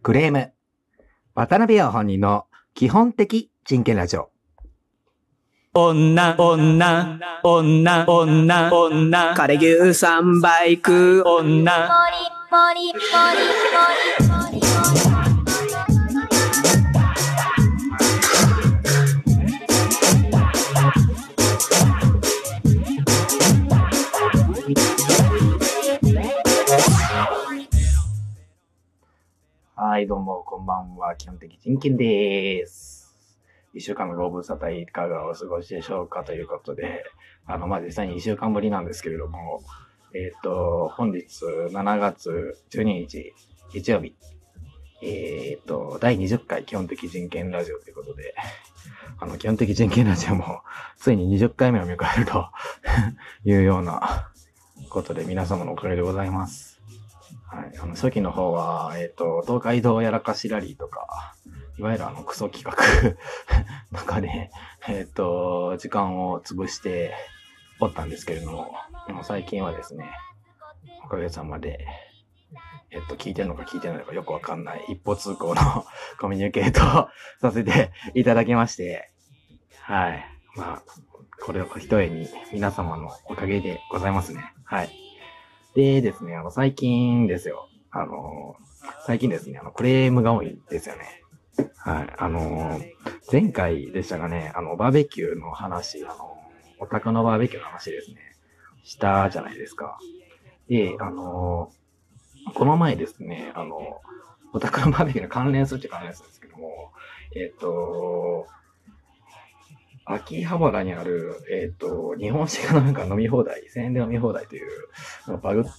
クレーム。渡辺陽本人の基本的人権ラジオ。 女、女、女、女、女、 カレ牛3倍食う女、 はい、どうも、こんばんは。基本的人権です。一週間のご無沙汰いかがお過ごしでしょうかということで、実際に一週間ぶりなんですけれども、本日7月12日、日曜日、第20回基本的人権ラジオということで、基本的人権ラジオも、ついに20回目を迎えるというようなことで、皆様のおかげでございます。はい、初期の方は、東海道やらかしラリーとか、いわゆるクソ企画とかで、時間を潰しておったんですけれども、最近はですね、おかげさまで、聞いてるのか聞いてないのかよくわかんない一方通行のコミュニケートをさせていただきまして、はい。これを一重に皆様のおかげでございますね。はい。でですね、最近ですよ。最近ですね、クレームが多いんですよね。はい。前回でしたがね、バーベキューの話、お宅のバーベキューの話ですね、したじゃないですか。で、この前ですね、お宅のバーベキューに関連するって関連するんですけども、秋葉原にある、日本酒が飲み放題、1000円で飲み放題という、バグった、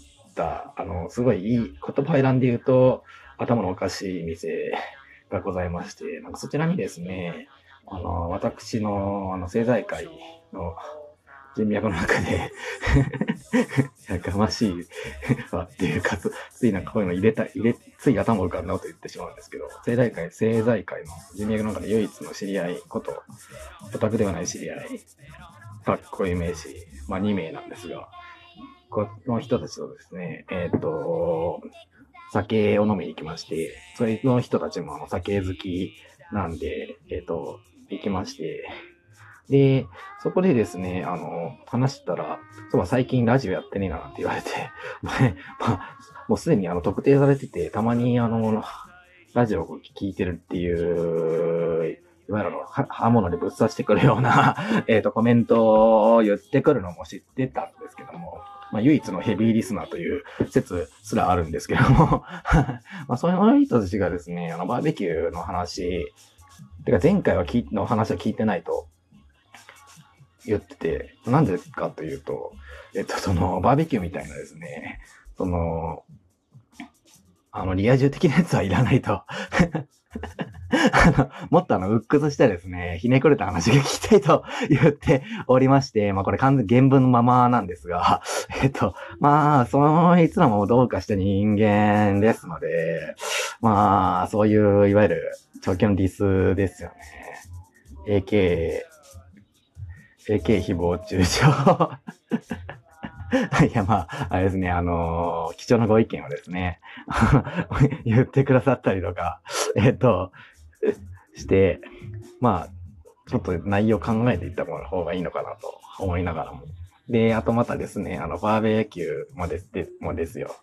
すごいいい言葉選んで言うと、頭のおかしい店がございまして、そちらにですね、私の、政財界の人脈の中で、やかましいわっていうか、ついこういうのつい頭を浮かんだこと言ってしまうんですけど、政財界の人脈の中で唯一の知り合いこと、オタクではない知り合い、かっこいい名詞、2名なんですが、この人たちとですね、酒を飲みに行きまして、それの人たちも酒好きなんで、行きまして、で、そこでですね、話したら、そう最近ラジオやってねえなって言われて、もうすでに特定されてて、たまにラジオを聞いてるっていう、いわゆる刃物でぶっ刺してくるような、コメントを言ってくるのも知ってたんですけども、唯一のヘビーリスナーという説すらあるんですけども、そういう人たちがですね、バーベキューの話、てか前回の話は聞いてないと言ってて、なんでかというと、そのバーベキューみたいなですね、リア充的なやつはいらないと。もっと鬱屈してですね、ひねくれた話が聞きたいと言っておりまして、これ完全原文のままなんですが、そいつらもどうかした人間ですので、そういう、いわゆる、長期のディスですよね。AK 誹謗中傷。いや、あれですね、貴重なご意見をですね、言ってくださったりとか、して、ちょっと内容考えていった方がいいのかなと思いながらも。で、あとまたですね、バーベキューもですよ。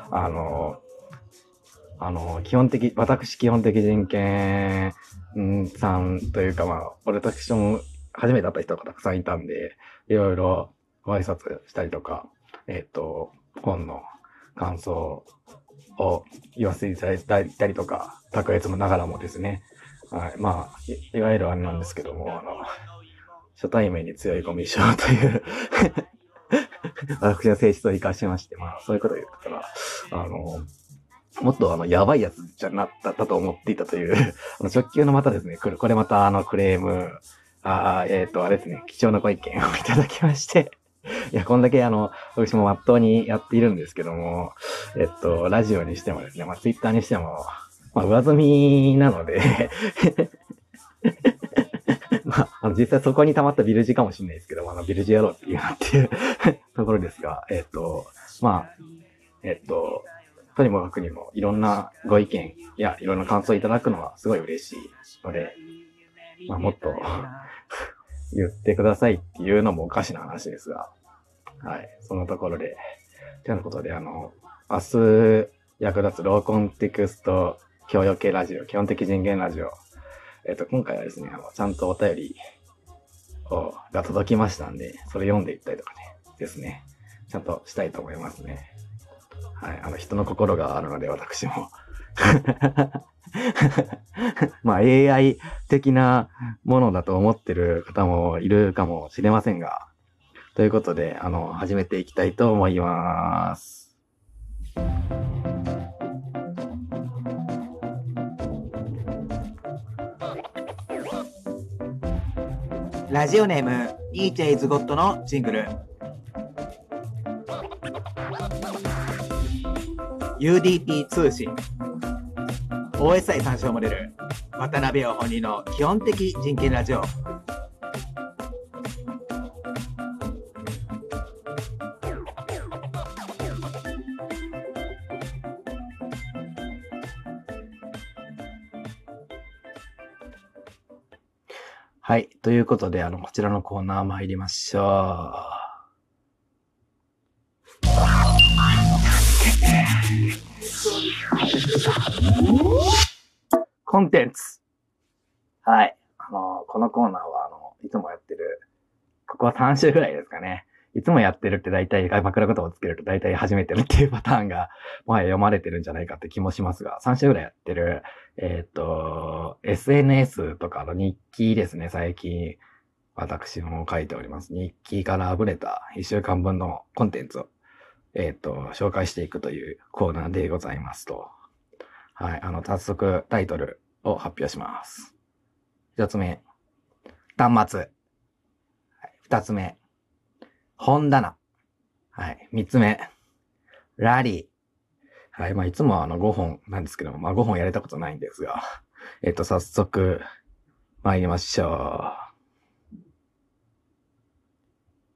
私基本的人権さんというか、私も初めて会った人がたくさんいたんで、いろいろご挨拶したりとか、本の感想を言わせていただいたりとか、卓越もながらもですね、はい、いわゆるあれなんですけども、初対面に強いコミュ障という私の性質を活かしまして、そういうことを言ってたら、もっとやばいやつじゃなったと思っていたという、直球のまたですね、これまたクレーム、あれですね、貴重なご意見をいただきまして、いや、こんだけ私もまっとうにやっているんですけども、ラジオにしてもですね、ツイッターにしても、上積みなので、実際そこに溜まったビルジかもしれないですけど、ビルジやろうっていうところですが、 とにもかくにもいろんなご意見やいろんな感想いただくのはすごい嬉しいので、まあ、もっと言ってくださいっていうのもおかしな話ですが、はい、そのところで、ということで、明日役立つローコンテクスト教養系ラジオ、基本的人権ラジオ、今回はですね、ちゃんとお便りが届きましたんで、それ読んでいったりとかね、ですね、ちゃんとしたいと思いますね。はい、人の心があるので、私も。まあ AI 的なものだと思ってる方もいるかもしれませんが、ということで、始めていきたいと思います。 ラジオネーム、ニーチェイズゴッドのジングル。UDP 通信。OSI 参照モデル。渡辺陽本人の基本的人権ラジオ。 はい。ということで、こちらのコーナー参りましょう。コンテンツ。はい。このコーナーは、いつもやってる、ここは3週ぐらいですかね。いつもやってるって大体、枕言葉をつけると大体始めてるっていうパターンが、もはや読まれてるんじゃないかって気もしますが、3週ぐらいやってる、SNS とかの日記ですね、最近、私も書いております。日記からあぶれた1週間分のコンテンツを、紹介していくというコーナーでございますと。はい、早速タイトルを発表します。1つ目、端末。2つ目、本棚。はい、3つ目、ラリー。はい、まあいつも5本なんですけども、まあ5本やれたことないんですが、早速参りましょう。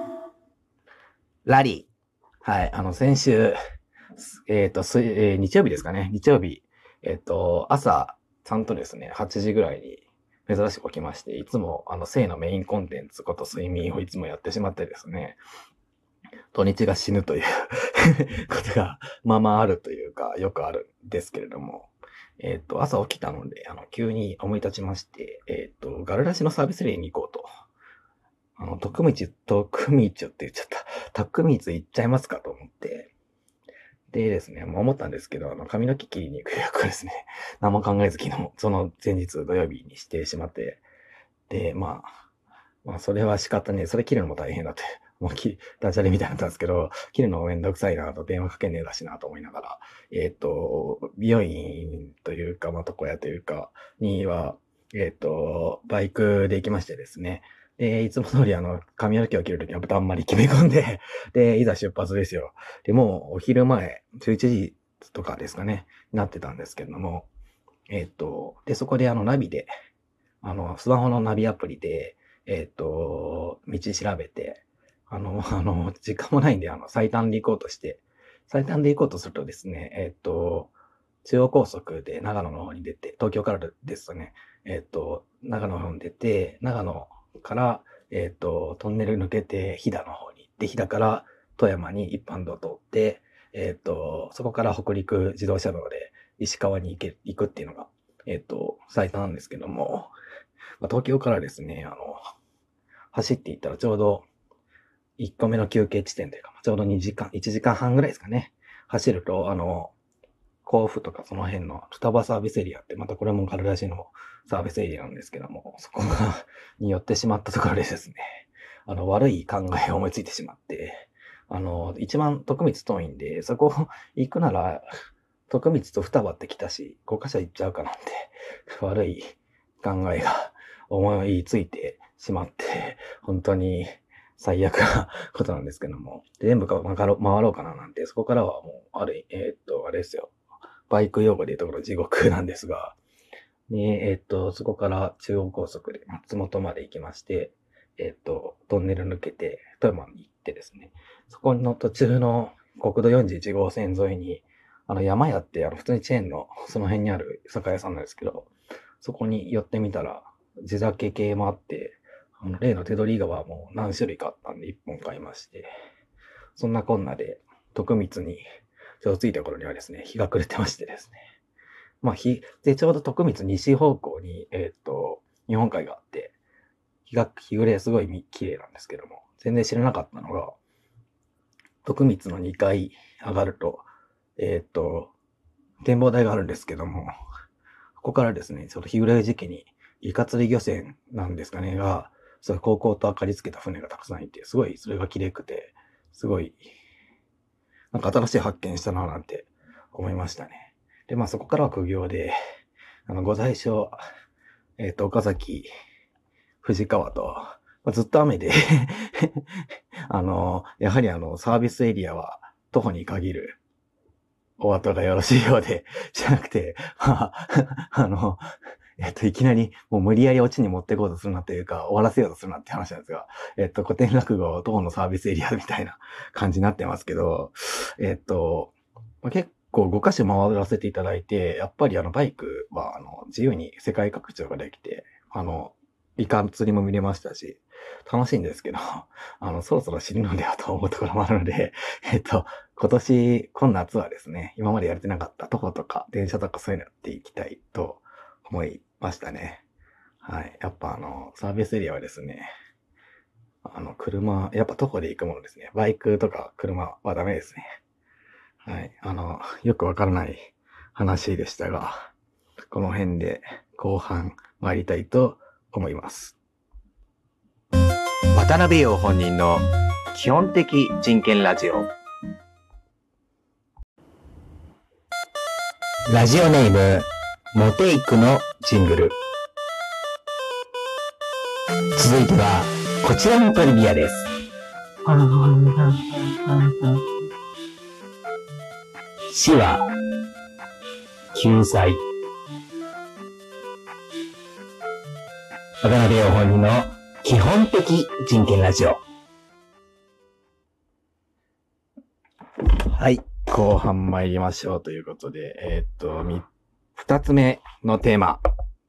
ラリー。はい、先週、日曜日ですかね。日曜日、朝、ちゃんとですね、8時ぐらいに珍しく起きまして、いつも性のメインコンテンツこと睡眠をいつもやってしまってですね、土日が死ぬということがまあまああるというか、よくあるんですけれども、朝起きたので、急に思い立ちまして、ガルラシのサービスエリアに行こうと。徳光って言っちゃった。徳光行っちゃいますかと思って。でですね、思ったんですけど、髪の毛切りに行く予約をですね、何も考えず昨日、その前日土曜日にしてしまって、で、まあ、それは仕方ねえ。それ切るのも大変だって。もうダジャレみたいになったんですけど、切るのもめんどくさいなと、電話かけねえだしなと思いながら、美容院というか、まあ、床屋というか、には、バイクで行きましてですね。で、いつも通り髪の毛を切るときはだんまり決め込んで、で、いざ出発ですよ。で、もうお昼前、11時とかですかね、なってたんですけれども、で、そこでナビで、スマホのナビアプリで、道調べて、時間もないんで、最短で行こうとして、最短で行こうとするとですね、中央高速で長野の方に出て、東京からですとね、長野の方に出て、長野から、トンネル抜けて、飛騨の方に行って、飛騨から富山に一般道を通って、そこから北陸自動車道で石川に行くっていうのが、最短なんですけども、東京からですね、走っていったらちょうど1個目の休憩地点というか、ちょうど1時間半ぐらいですかね。走ると、甲府とかその辺の双葉サービスエリアって、またこれもガルラシのサービスエリアなんですけども、そこに寄ってしまったところでですね、悪い考えを思いついてしまって、一番徳光遠いんで、そこ行くなら、徳光と双葉って来たし、5カ所行っちゃうかなんて、悪い考えが思いついてしまって、本当に最悪なことなんですけども、全部回ろうかななんて、そこからはもう、あれですよ。バイク用語で言うところ地獄なんですが、で、そこから中央高速で松本まで行きまして、トンネル抜けて、富山に行ってですね、そこの途中の国道41号線沿いに、 山屋って、普通にチェーンの、その辺にある居酒屋さんなんですけど、そこに寄ってみたら、地酒系もあって、例の手取り川も何種類かあったんで、1本買いまして、そんなこんなで、徳光に、ちょうど着いた頃にはですね、日が暮れてましてですね。まあ、で、ちょうど徳光西方向に、日本海があって、日暮れすごい綺麗なんですけども、全然知らなかったのが、徳光の2階上がると、展望台があるんですけども、ここからですね、ちょっと日暮れ時期に、イカ釣り漁船なんですかね、が、そういう高校と明かりつけた船がたくさんいて、すごいそれが綺麗くて、すごい、なんか新しい発見したななんて思いましたね。で、まあそこからは苦行で、御在所、岡崎、藤川と、まあ、ずっと雨でやはりサービスエリアは徒歩に限るお後がよろしいようで、じゃなくて、まあ、いきなりもう無理やりオチに持っていこうとするなというか、終わらせようとするなって話なんですが、古典落語徒歩のサービスエリアみたいな感じになってますけど、結構5カ所回らせていただいて、やっぱりバイクは自由に世界拡張ができて、イカ釣りも見れましたし、楽しいんですけど、そろそろ死ぬのではと思うところもあるので、今夏はですね、今までやれてなかった徒歩とか電車とかそういうのやっていきたいと思いましたね。はい。やっぱサービスエリアはですね、やっぱ徒歩で行くものですね。バイクとか車はダメですね。はい。よくわからない話でしたが、この辺で後半参りたいと思います。 渡辺陽本人の基本的人権ラジオ。 ラジオネーム、モテイクのジングル。続いては、こちらのトリビアです。死は、救済。渡辺陽本人の基本的人権ラジオ。 はい。後半参りましょうということで、二つ目のテーマ。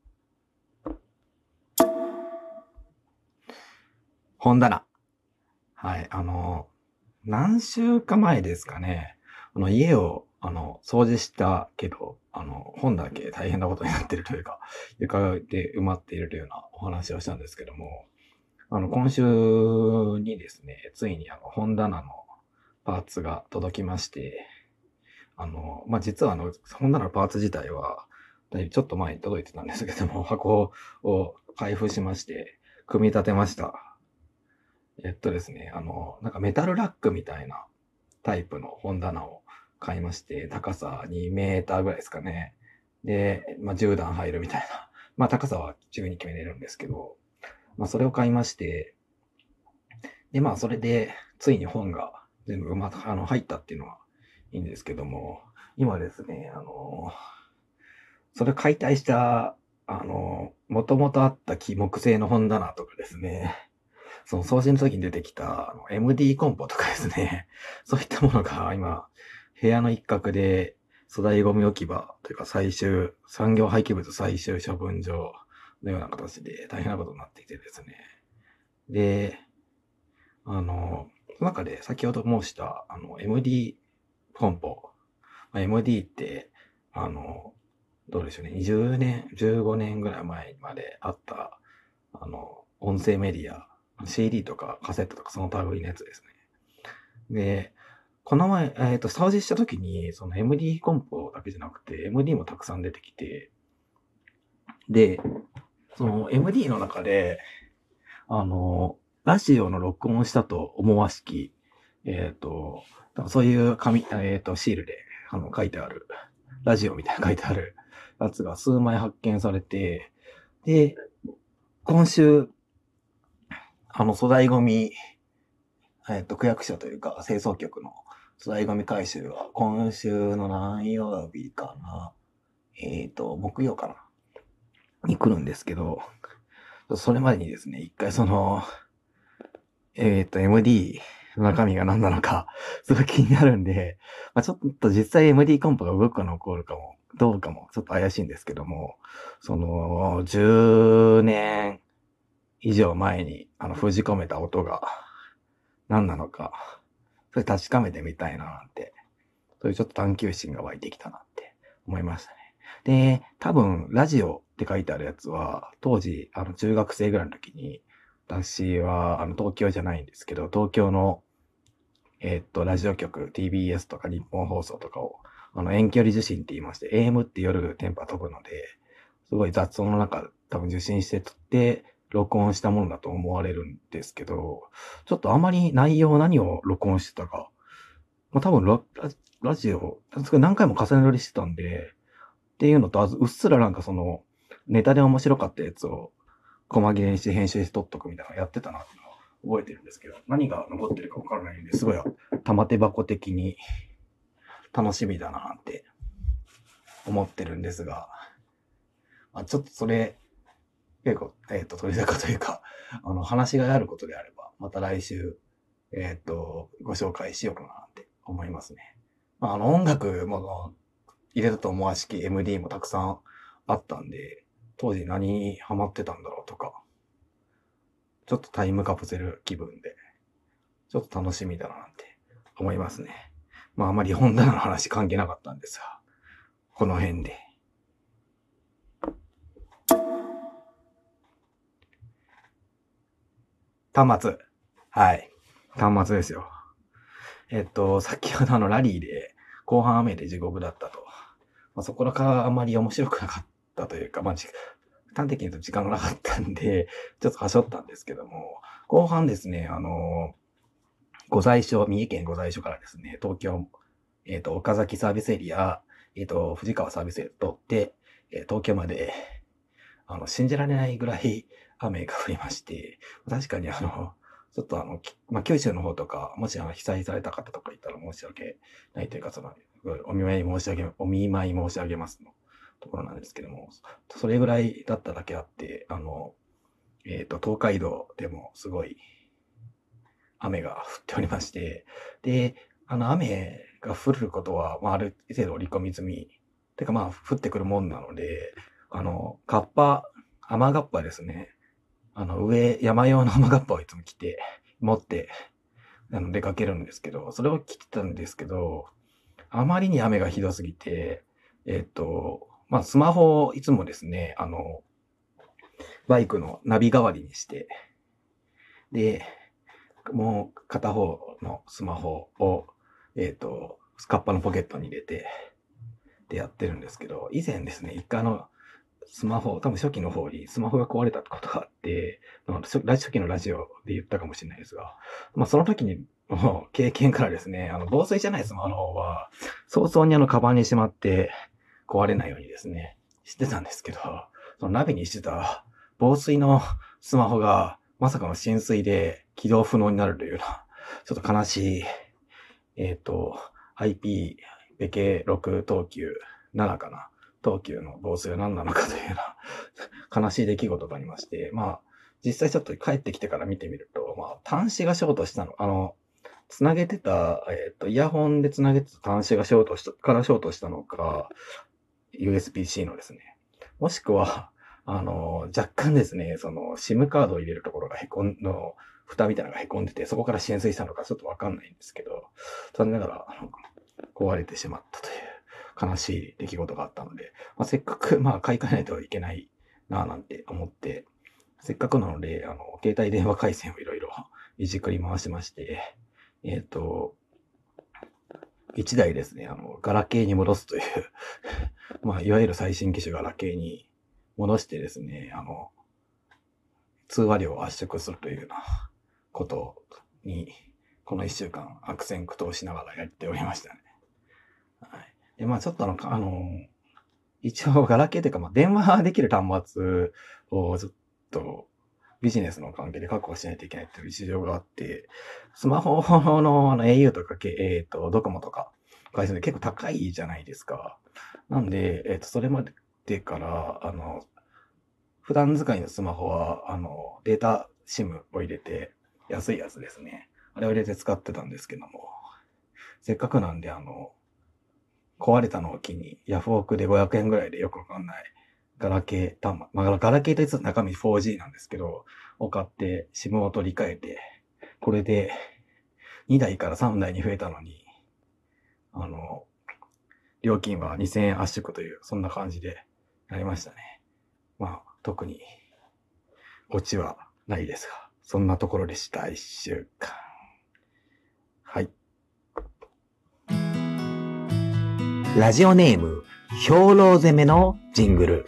本棚。はい。何週間前ですかね。家を、掃除したけど、本だけ大変なことになっているというか、床で埋まっているというようなお話をしたんですけども、今週にですね、ついに本棚のパーツが届きまして、まあ、実は本棚のパーツ自体は、ちょっと前に届いてたんですけども、箱を開封しまして、組み立てました。ですね、なんかメタルラックみたいなタイプの本棚を買いまして、高さ2メーターぐらいですかね。で、まあ、10段入るみたいな。まあ、高さは自由に決めれるんですけど、まあ、それを買いまして、で、まあ、それで、ついに本が全部入ったっていうのはいいんですけども、今ですね、それを解体した、もともとあった木製の本棚とかですね、その送信の時に出てきたMD コンポとかですね、そういったものが今、部屋の一角で粗大ゴミ置き場というか産業廃棄物最終処分場のような形で大変なことになってきてですね。で、その中で先ほど申したMD コンポ、MD って、どうでしょうね、20年、15年ぐらい前まであった、音声メディア、CD とかカセットとかその類のやつですね。で、この前、掃除した時に、その MD コンポだけじゃなくて、MD もたくさん出てきて、で、その MD の中で、ラジオの録音したと思わしき、そういうシールで、書いてある、ラジオみたいな書いてあるやつが数枚発見されて、で、今週、粗大ゴミ、区役所というか、清掃局の粗大ゴミ回収は、今週の何曜日かな、木曜かなに来るんですけど、それまでにですね、一回MD 中身が何なのか、すごい気になるんで、まあ、ちょっと実際 MD コンポが動くかの起こるかも、どうかも、ちょっと怪しいんですけども、10年以上前に、封じ込めた音が何なのか、それ確かめてみたいななんて、そういうちょっと探求心が湧いてきたなって思いましたね。で、多分、ラジオって書いてあるやつは、当時、中学生ぐらいの時に、私は、東京じゃないんですけど、東京の、ラジオ局、TBS とか日本放送とかを、遠距離受信って言いまして、AM って夜電波飛ぶので、すごい雑音の中、多分受信して撮って、録音したものだと思われるんですけど、ちょっとあまり内容何を録音してたか、まあ、多分ラジオ、何回も重ね撮りしてたんで、っていうのと、うっすらなんかネタで面白かったやつを、細切れにして編集して撮っとくみたいなのやってたなっていうのを覚えてるんですけど、何が残ってるかわからないんで、すごい玉手箱的に楽しみだなって思ってるんですが、まあ、ちょっとそれ、結構、取り高というか、話があることであれば、また来週、ご紹介しようかなって思いますね。まあ、音楽も入れたと思わしき MD もたくさんあったんで、当時何にハマってたんだろうとか、ちょっとタイムカプセル気分で、ちょっと楽しみだなって思いますね。まああまり本棚の話関係なかったんですが、この辺で。端末。はい。端末ですよ。先ほどラリーで、後半雨で地獄だったと。まあ、そこからあまり面白くなかったというか、まあ、端的に言うと時間がなかったんで、ちょっとはしょったんですけども、後半ですね、三重県御在所からですね、東京、岡崎サービスエリア、藤川サービスエリアを通って、東京まで、信じられないぐらい雨が降りまして、確かにちょっとまあ、九州の方とか、もし被災された方とかいたら申し訳ないというか、お見舞い申し上げますのところなんですけども、それぐらいだっただけあって、東海道でもすごい雨が降っておりまして、で、雨が降ることは、まあ、ある程度織り込み済み、てかまあ、降ってくるもんなので、雨がっぱですね。山用の雨がっぱをいつも持って、出かけるんですけど、それを着てたんですけど、あまりに雨がひどすぎて、まあ、スマホをいつもですね、バイクのナビ代わりにして、で、もう片方のスマホを、スカッパのポケットに入れて、でやってるんですけど、以前ですね、一回スマホ、多分初期の方にスマホが壊れたことがあって、初期のラジオで言ったかもしれないですが、まあその時にの経験からですね、防水じゃないスマホの方は、早々にカバンにしまって壊れないようにですね、してたんですけど、そのナビにしてた防水のスマホがまさかの浸水で起動不能になるというような、ちょっと悲しい、IP ベケ6東急7かな。東急の防水は何なのかというような悲しい出来事がありまして、まあ、実際ちょっと帰ってきてから見てみると、まあ、端子がショートしたの、つなげてた、イヤホンでつなげてた端子がショートしたのか、USB-C のですね。もしくは、若干ですね、SIM カードを入れるところが蓋みたいなのが凹んでて、そこから浸水したのかちょっとわかんないんですけど、残念ながら、壊れてしまったという悲しい出来事があったので、まあ、せっかく、まあ、買い替えないといけないなぁなんて思って、せっかくなので、携帯電話回線をいろいろいじくり回しまして、一台ですね、ガラケーに戻すというまあ、いわゆる最新機種ガラケーに戻してですね、通話料を圧縮するというようなことに、この一週間悪戦苦闘しながらやっておりましたね。はい。で、まあちょっと一応ガラケーというか、まあ電話できる端末をちょっとビジネスの関係で確保しないといけないという事情があって、スマホのau とか、ドコモとか、回線で結構高いじゃないですか。なんで、それまでから、普段使いのスマホは、データ SIM を入れて、安いやつですね。 あれを入れて使ってたんですけども、せっかくなんで壊れたのを機にヤフオクで500円ぐらいでよくわかんないガラケー端末、まあ、ガラケーといつつ中身 4G なんですけど、を買って SIM を取り替えて、これで2台から3台に増えたのに、料金は2000円圧縮という、そんな感じでなりましたね。まあ、特にオチはないですが、そんなところでした、1週間。はい。 ラジオネーム、兵糧攻めのジングル。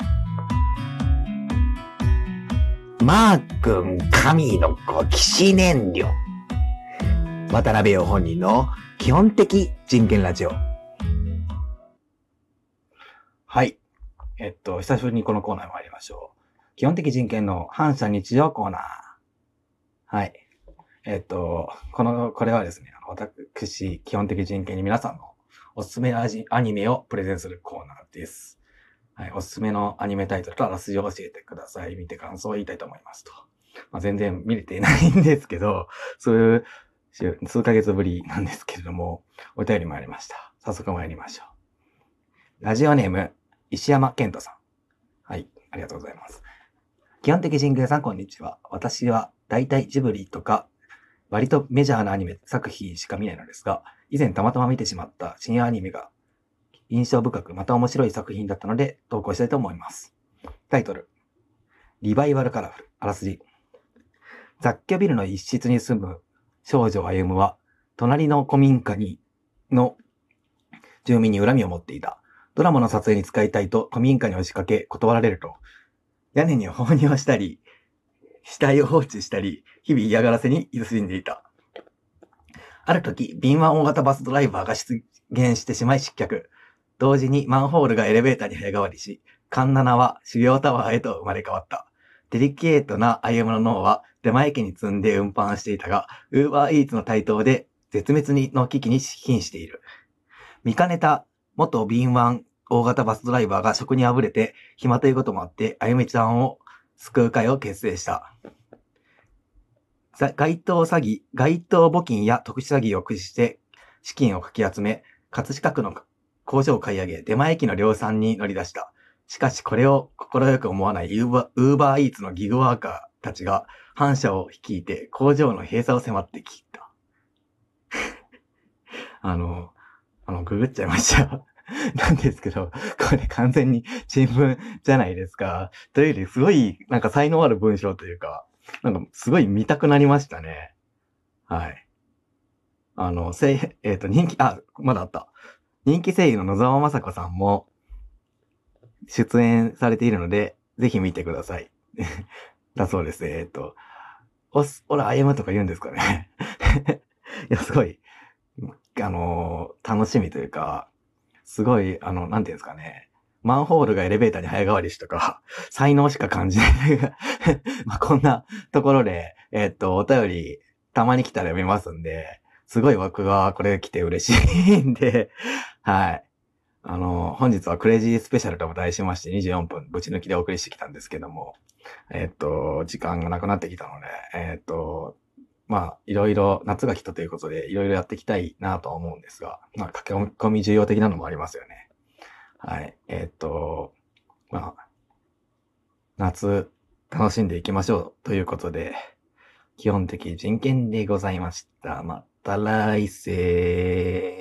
マー君神の子騎士燃料。渡辺陽本人の基本的人権ラジオ。 はい。久しぶりにこのコーナーに参りましょう。基本的人権の反射日常コーナー。はい。これはですね、私、基本的人権に皆さんのおすすめアニメをプレゼンするコーナーです。はい。おすすめのアニメタイトルとあらすじを教えてください。見て感想を言いたいと思いますと。まあ、全然見れていないんですけど、そういう数ヶ月ぶりなんですけれども、お便り参りました。早速参りましょう。ラジオネーム、石山健人さん。はい。ありがとうございます。基本的人権さん、こんにちは。私は大体ジブリとか、割とメジャーなアニメ作品しか見ないのですが、以前たまたま見てしまった新アニメが印象深くまた面白い作品だったので投稿したいと思います。タイトル。リバイバルカラフル。あらすじ。雑居ビルの一室に住む少女歩は、隣の古民家の住民に恨みを持っていた。ドラマの撮影に使いたいと古民家に押しかけ断られると、屋根に放尿したり、死体を放置したり、日々嫌がらせに勤しんでいた。ある時、敏腕大型バスドライバーが出現してしまい失脚。同時にマンホールがエレベーターに早変わりし、カンナナは修行タワーへと生まれ変わった。デリケートな歩の脳は出前機に積んで運搬していたが、ウーバーイーツの台頭で絶滅の危機に瀕している。見かねた元敏腕大型バスドライバーが職にあぶれて暇ということもあって、あゆみちゃんを救う会を結成した。街頭募金や特殊詐欺を駆使して資金をかき集め、葛飾区の工場を買い上げ、出前機の量産に乗り出した。しかしこれを快く思わないウーバーイーツのギグワーカーたちが反社を率いて工場の閉鎖を迫ってきた。ググっちゃいました。なんですけど、これ完全に新聞じゃないですか。というよりすごいなんか才能ある文章というか、なんかすごい見たくなりましたね。はい。まだあった。人気声優の野沢雅子さんも出演されているので、ぜひ見てください。だそうです。オラ、歩むとか言うんですかね。いや、すごい、楽しみというか、すごい、なんていうんですかね。マンホールがエレベーターに早変わりしとか、才能しか感じない。まあ、こんなところで、お便り、たまに来たら読みますんで、すごい僕はこれ来て嬉しいんで、はい。本日はクレイジースペシャルとも題しまして24分ぶち抜きでお送りしてきたんですけども、時間がなくなってきたので、まあ、いろいろ夏が来たということで、いろいろやっていきたいなとは思うんですが、まあ、駆け込み重要的なのもありますよね。はい。まあ、夏楽しんでいきましょうということで、基本的人権でございました。また来世。